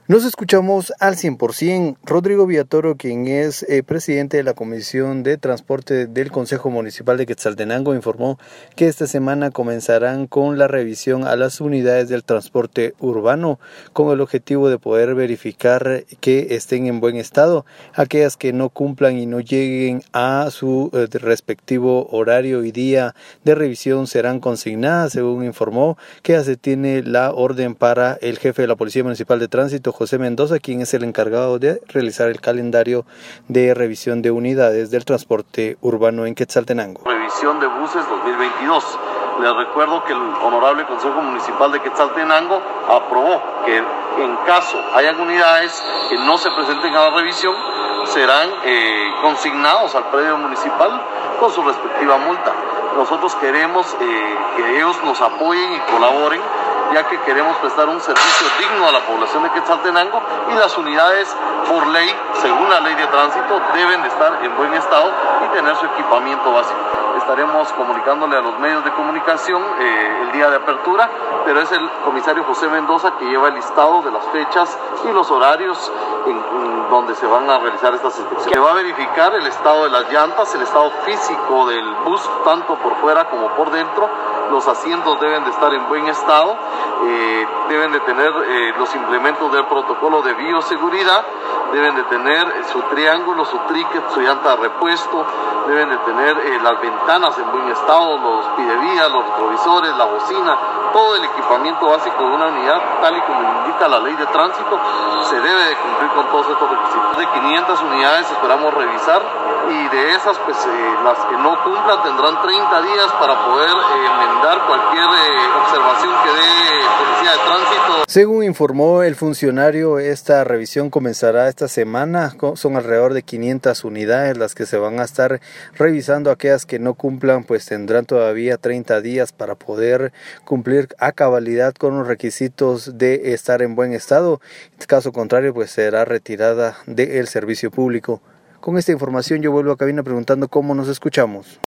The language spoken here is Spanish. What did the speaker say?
Nos escuchamos al 100%. Rodrigo Villatoro, quien es presidente de la Comisión de Transporte del Consejo Municipal de Quetzaltenango, informó que esta semana comenzarán con la revisión a las unidades del transporte urbano con el objetivo de poder verificar que estén en buen estado. Aquellas que no cumplan y no lleguen a su respectivo horario y día de revisión serán consignadas, según informó, que ya se tiene la orden para el jefe de la Policía Municipal de Tránsito, José Mendoza, quien es el encargado de realizar el calendario de revisión de unidades del transporte urbano en Quetzaltenango. Revisión de buses 2022. Les recuerdo que el Honorable Consejo Municipal de Quetzaltenango aprobó que en caso hayan unidades que no se presenten a la revisión, serán consignados al predio municipal con su respectiva multa. Nosotros queremos que ellos nos apoyen y colaboren, ya que queremos prestar un servicio digno a la población de Quetzaltenango, y las unidades, por ley, según la ley de tránsito, deben de estar en buen estado y tener su equipamiento básico. Estaremos comunicándole a los medios de comunicación el día de apertura, pero es el comisario José Mendoza que lleva el listado de las fechas y los horarios en donde se van a realizar estas inspecciones. Que va a verificar el estado de las llantas, el estado físico del bus, tanto por fuera como por dentro. Los asientos deben de estar en buen estado, deben de tener los implementos del protocolo de bioseguridad, deben de tener su triángulo, su tríquet, su llanta de repuesto, deben de tener las ventanas en buen estado, los pidevías, los retrovisores, la bocina, todo el equipamiento básico de una unidad, tal y como indica la ley de tránsito, se debe de cumplir con todos estos requisitos. De 500 unidades esperamos revisar, y de esas, pues las que no cumplan tendrán 30 días para poder enmendar cualquier observación que dé Policía de Tránsito. Según informó el funcionario, esta revisión comenzará esta semana. Son alrededor de 500 unidades las que se van a estar revisando. Aquellas que no cumplan, pues tendrán todavía 30 días para poder cumplir a cabalidad con los requisitos de estar en buen estado. En caso contrario, pues será retirada del servicio público. Con esta información yo vuelvo a cabina preguntando cómo nos escuchamos.